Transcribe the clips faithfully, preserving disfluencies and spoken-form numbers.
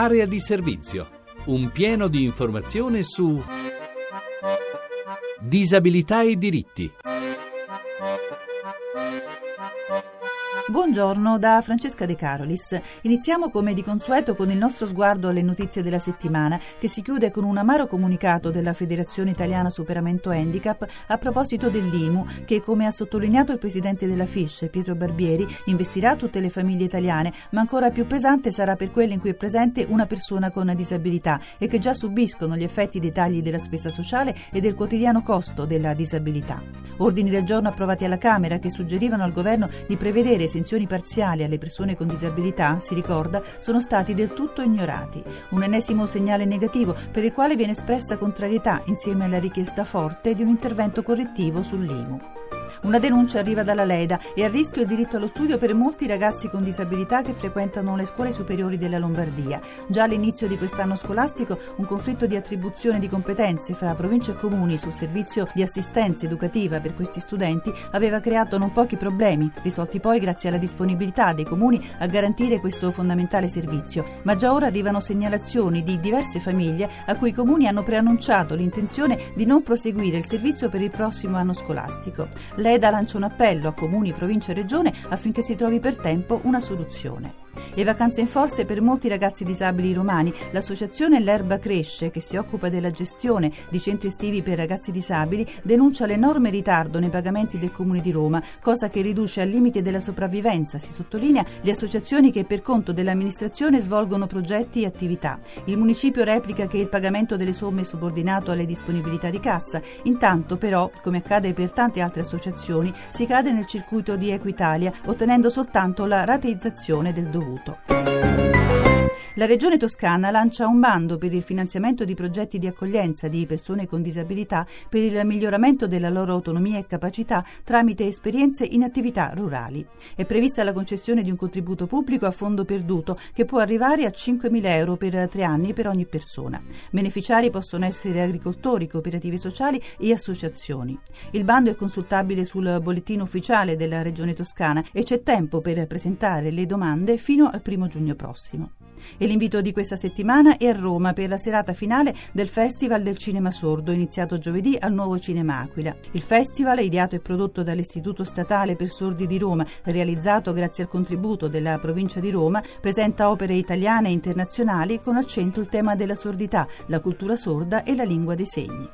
Area di servizio. Un pieno di informazione su disabilità e diritti. Buongiorno da Francesca De Carolis. Iniziamo come di consueto con il nostro sguardo alle notizie della settimana, che si chiude con un amaro comunicato della Federazione Italiana Superamento Handicap a proposito dell'I M U, che, come ha sottolineato il presidente della F I S C, Pietro Barbieri, investirà tutte le famiglie italiane, ma ancora più pesante sarà per quelle in cui è presente una persona con disabilità e che già subiscono gli effetti dei tagli della spesa sociale e del quotidiano costo della disabilità. Ordini del giorno approvati alla Camera che suggerivano al governo di prevedere esenzioni parziali alle persone con disabilità, si ricorda, sono stati del tutto ignorati. Un ennesimo segnale negativo per il quale viene espressa contrarietà insieme alla richiesta forte di un intervento correttivo sull'I M U. Una denuncia arriva dalla Leda e a rischio il diritto allo studio per molti ragazzi con disabilità che frequentano le scuole superiori della Lombardia. Già all'inizio di quest'anno scolastico un conflitto di attribuzione di competenze fra province e comuni sul servizio di assistenza educativa per questi studenti aveva creato non pochi problemi, risolti poi grazie alla disponibilità dei comuni a garantire questo fondamentale servizio. Ma già ora arrivano segnalazioni di diverse famiglie a cui i comuni hanno preannunciato l'intenzione di non proseguire il servizio per il prossimo anno scolastico. Leda lancia un appello a comuni, provincia e regione affinché si trovi per tempo una soluzione. E vacanze in forze per molti ragazzi disabili romani. L'associazione L'Erba Cresce, che si occupa della gestione di centri estivi per ragazzi disabili, denuncia l'enorme ritardo nei pagamenti del Comune di Roma, cosa che riduce al limite della sopravvivenza, si sottolinea, le associazioni che per conto dell'amministrazione svolgono progetti e attività. Il municipio replica che il pagamento delle somme è subordinato alle disponibilità di cassa. Intanto però, come accade per tante altre associazioni, si cade nel circuito di Equitalia, ottenendo soltanto la rateizzazione del dovuto. La Regione Toscana lancia un bando per il finanziamento di progetti di accoglienza di persone con disabilità per il miglioramento della loro autonomia e capacità tramite esperienze in attività rurali. È prevista la concessione di un contributo pubblico a fondo perduto che può arrivare a cinquemila euro per tre anni per ogni persona. Beneficiari possono essere agricoltori, cooperative sociali e associazioni. Il bando è consultabile sul bollettino ufficiale della Regione Toscana e c'è tempo per presentare le domande fino al primo giugno prossimo. E l'invito di questa settimana è a Roma per la serata finale del Festival del Cinema Sordo, iniziato giovedì al Nuovo Cinema Aquila. Il festival, ideato e prodotto dall'Istituto Statale per Sordi di Roma, realizzato grazie al contributo della provincia di Roma, presenta opere italiane e internazionali con al centro il tema della sordità, la cultura sorda e la lingua dei segni.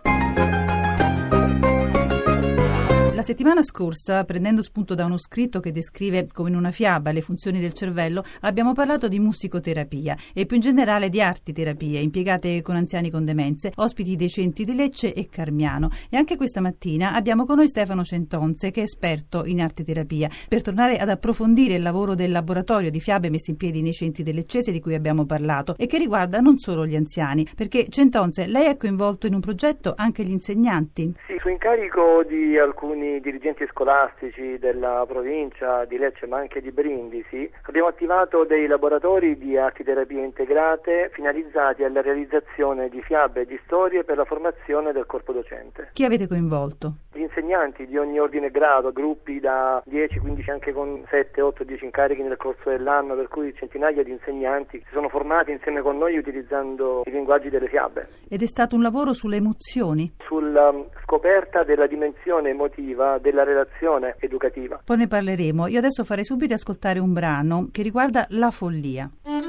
La settimana scorsa, prendendo spunto da uno scritto che descrive come in una fiaba le funzioni del cervello, abbiamo parlato di musicoterapia e più in generale di artiterapie impiegate con anziani con demenze, ospiti dei centri di Lecce e Carmiano. E anche questa mattina abbiamo con noi Stefano Centonze, che è esperto in artiterapia, per tornare ad approfondire il lavoro del laboratorio di fiabe messo in piedi nei centri del Leccese di cui abbiamo parlato e che riguarda non solo gli anziani, perché Centonze, lei è coinvolto in un progetto anche gli insegnanti? Sì, su incarico di alcuni dirigenti scolastici della provincia di Lecce ma anche di Brindisi abbiamo attivato dei laboratori di artiterapie integrate finalizzati alla realizzazione di fiabe e di storie per la formazione del corpo docente. Chi avete coinvolto? Gli insegnanti di ogni ordine e grado, gruppi da dieci quindici anche con sette otto dieci incarichi nel corso dell'anno, per cui centinaia di insegnanti si sono formati insieme con noi utilizzando i linguaggi delle fiabe. Ed è stato un lavoro sulle emozioni? Sulla scoperta della dimensione emotiva della relazione educativa. Poi ne parleremo. Io adesso farei subito ascoltare un brano che riguarda la follia.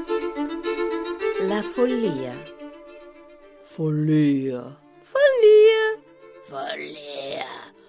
La follia. Follia. Follia. Follia.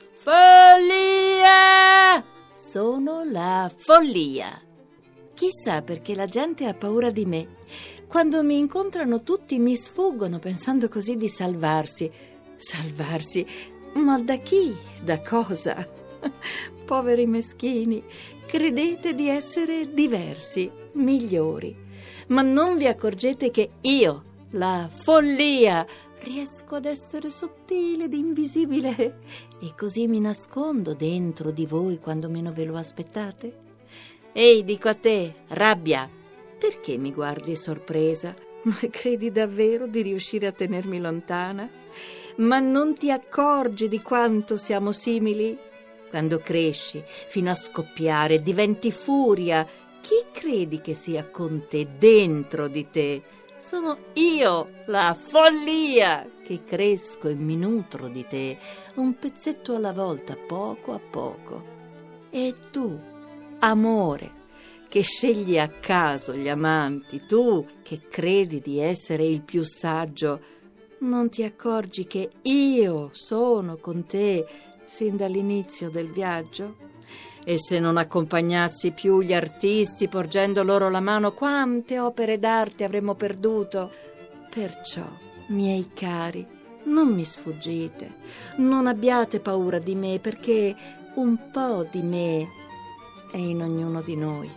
Follia. Sono la follia. Chissà perché la gente ha paura di me. Quando mi incontrano tutti mi sfuggono pensando così di salvarsi. Salvarsi? Ma da chi? Da cosa? Poveri meschini, credete di essere diversi, migliori, ma non vi accorgete che io, la follia, riesco ad essere sottile ed invisibile e così mi nascondo dentro di voi quando meno ve lo aspettate? Ehi, dico a te, rabbia, perché mi guardi sorpresa? Ma credi davvero di riuscire a tenermi lontana? Ma non ti accorgi di quanto siamo simili? Quando cresci fino a scoppiare, diventi furia. Chi credi che sia con te, dentro di te? Sono io, la follia, che cresco e mi nutro di te, un pezzetto alla volta, poco a poco. E tu, amore, che scegli a caso gli amanti, tu che credi di essere il più saggio, non ti accorgi che io sono con te sin dall'inizio del viaggio? E se non accompagnassi più gli artisti porgendo loro la mano, quante opere d'arte avremmo perduto? Perciò, miei cari, non mi sfuggite, non abbiate paura di me, perché un po' di me è in ognuno di noi.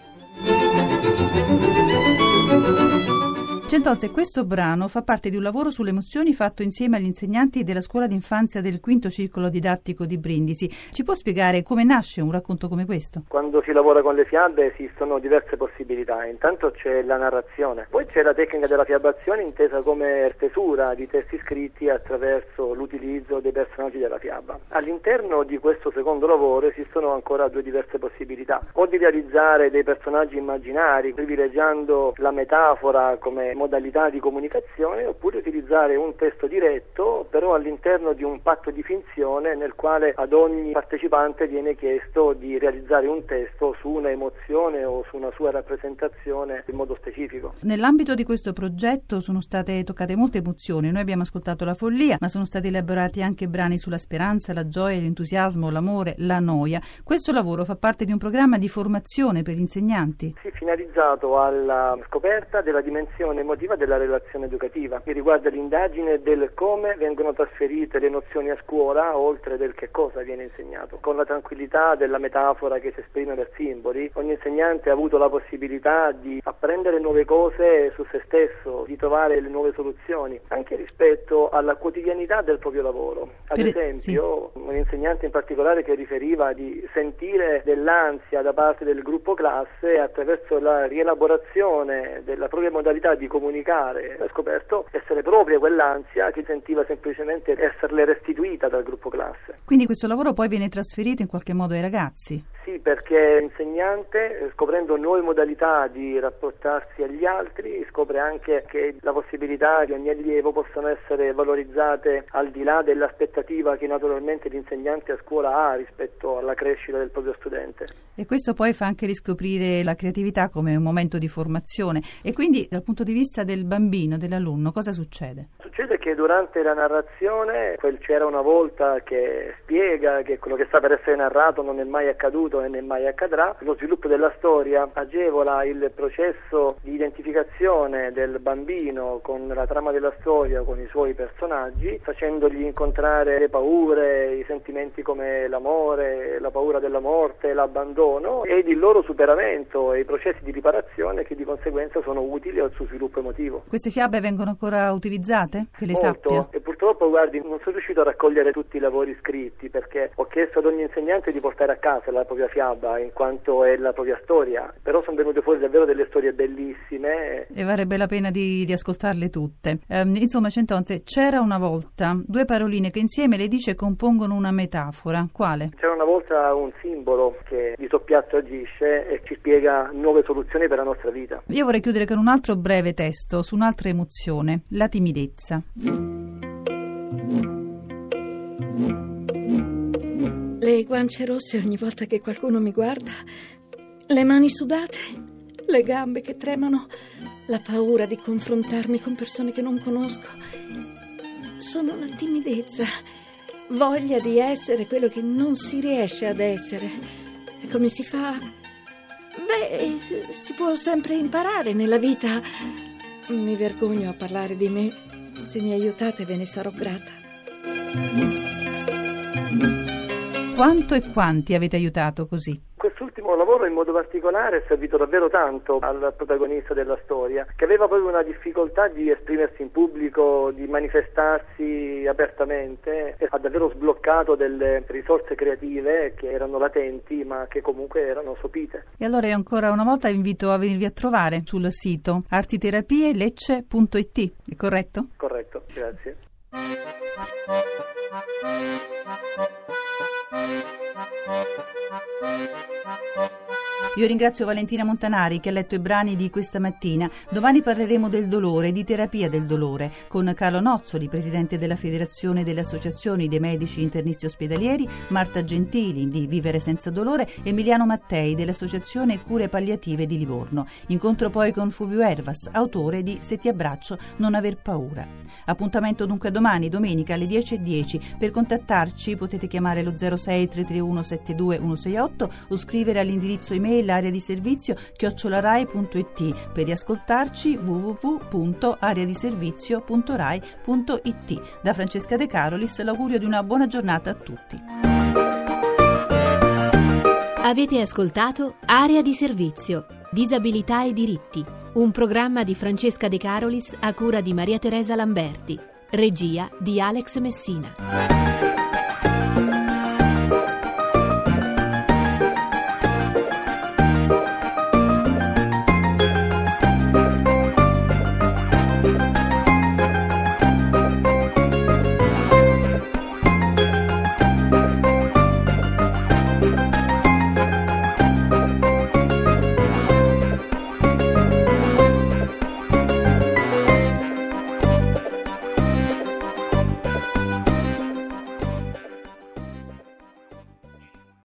Centozze, questo brano fa parte di un lavoro sulle emozioni fatto insieme agli insegnanti della scuola d'infanzia del quinto circolo didattico di Brindisi. Ci può spiegare come nasce un racconto come questo? Quando si lavora con le fiabe esistono diverse possibilità. Intanto c'è la narrazione, poi c'è la tecnica della fiabazione intesa come stesura di testi scritti attraverso l'utilizzo dei personaggi della fiaba. All'interno di questo secondo lavoro esistono ancora due diverse possibilità: o di realizzare dei personaggi immaginari privilegiando la metafora come modalità di comunicazione, oppure utilizzare un testo diretto però all'interno di un patto di finzione nel quale ad ogni partecipante viene chiesto di realizzare un testo su una emozione o su una sua rappresentazione in modo specifico. Nell'ambito di questo progetto sono state toccate molte emozioni. Noi abbiamo ascoltato la follia, ma sono stati elaborati anche brani sulla speranza, la gioia, l'entusiasmo, l'amore, la noia. Questo lavoro fa parte di un programma di formazione per gli insegnanti? Sì, finalizzato alla scoperta della dimensione emotiva della relazione educativa, che riguarda l'indagine del come vengono trasferite le nozioni a scuola, oltre del che cosa viene insegnato. Con la tranquillità della metafora che si esprime per simboli, ogni insegnante ha avuto la possibilità di apprendere nuove cose su se stesso, di trovare le nuove soluzioni, anche rispetto alla quotidianità del proprio lavoro. Ad per, esempio, sì. un insegnante in particolare che riferiva di sentire dell'ansia da parte del gruppo classe attraverso la rielaborazione della propria modalità di comunicare, ha scoperto essere propria quell'ansia che sentiva semplicemente esserle restituita dal gruppo classe. Quindi questo lavoro poi viene trasferito in qualche modo ai ragazzi? Sì, perché l'insegnante, scoprendo nuove modalità di rapportarsi agli altri, scopre anche che la possibilità che ogni allievo possano essere valorizzate al di là dell'aspettativa che naturalmente l'insegnante a scuola ha rispetto alla crescita del proprio studente. E questo poi fa anche riscoprire la creatività come un momento di formazione. E quindi dal punto di vista del bambino, dell'alunno, cosa succede? Succede che durante la narrazione quel c'era una volta che spiega che quello che sta per essere narrato non è mai accaduto e ne mai accadrà. Lo sviluppo della storia agevola il processo di identificazione del bambino con la trama della storia, con i suoi personaggi, facendogli incontrare le paure, i sentimenti come l'amore, la paura della morte, l'abbandono, ed il loro superamento e i processi di riparazione che di conseguenza sono utili al suo sviluppo emotivo. Queste fiabe vengono ancora utilizzate? Che le Molto. sappia? E purtroppo, guardi, non sono riuscito a raccogliere tutti i lavori scritti perché ho chiesto ad ogni insegnante di portare a casa la propria fiaba in quanto è la propria storia, però sono venute fuori davvero delle storie bellissime e varrebbe la pena di riascoltarle tutte. Um, insomma, Centozze, c'era una volta due paroline che insieme, le dice, compongono una metafora. Quale? C'era una volta un simbolo che di soppiatto agisce e ci spiega nuove soluzioni per la nostra vita. Io vorrei chiudere con un altro breve testo su un'altra emozione, la timidezza. Le guance rosse ogni volta che qualcuno mi guarda, le mani sudate, le gambe che tremano, la paura di confrontarmi con persone che non conosco. Sono la timidezza, voglia di essere quello che non si riesce ad essere. E come si fa? Beh, si può sempre imparare nella vita. Mi vergogno a parlare di me. Se mi aiutate ve ne sarò grata. Quanto e quanti avete aiutato così? Quest'ultimo lavoro in modo particolare è servito davvero tanto al protagonista della storia, che aveva proprio una difficoltà di esprimersi in pubblico, di manifestarsi apertamente, e ha davvero sbloccato delle risorse creative che erano latenti ma che comunque erano sopite. E allora io ancora una volta invito a venirvi a trovare sul sito artiterapielecce punto it, è corretto? Corretto, grazie. Thank you. Io ringrazio Valentina Montanari che ha letto i brani di questa mattina. Domani parleremo del dolore, di terapia del dolore, con Carlo Nozzoli, presidente della Federazione delle Associazioni dei Medici Internisti Ospedalieri, Marta Gentili di Vivere Senza Dolore, Emiliano Mattei dell'Associazione Cure Palliative di Livorno. Incontro poi con Fulvio Ervas, autore di Se ti abbraccio non aver paura. Appuntamento dunque domani, domenica alle dieci e dieci. Per contattarci potete chiamare lo zero sei tre tre uno sette due uno sei otto o scrivere all'indirizzo email area di servizio chiocciolarai punto it. Per riascoltarci w w w punto area di servizio punto rai punto it. Da Francesca De Carolis l'augurio di una buona giornata a tutti. Avete ascoltato Area di Servizio, Disabilità e Diritti, un programma di Francesca De Carolis a cura di Maria Teresa Lamberti, regia di Alex Messina.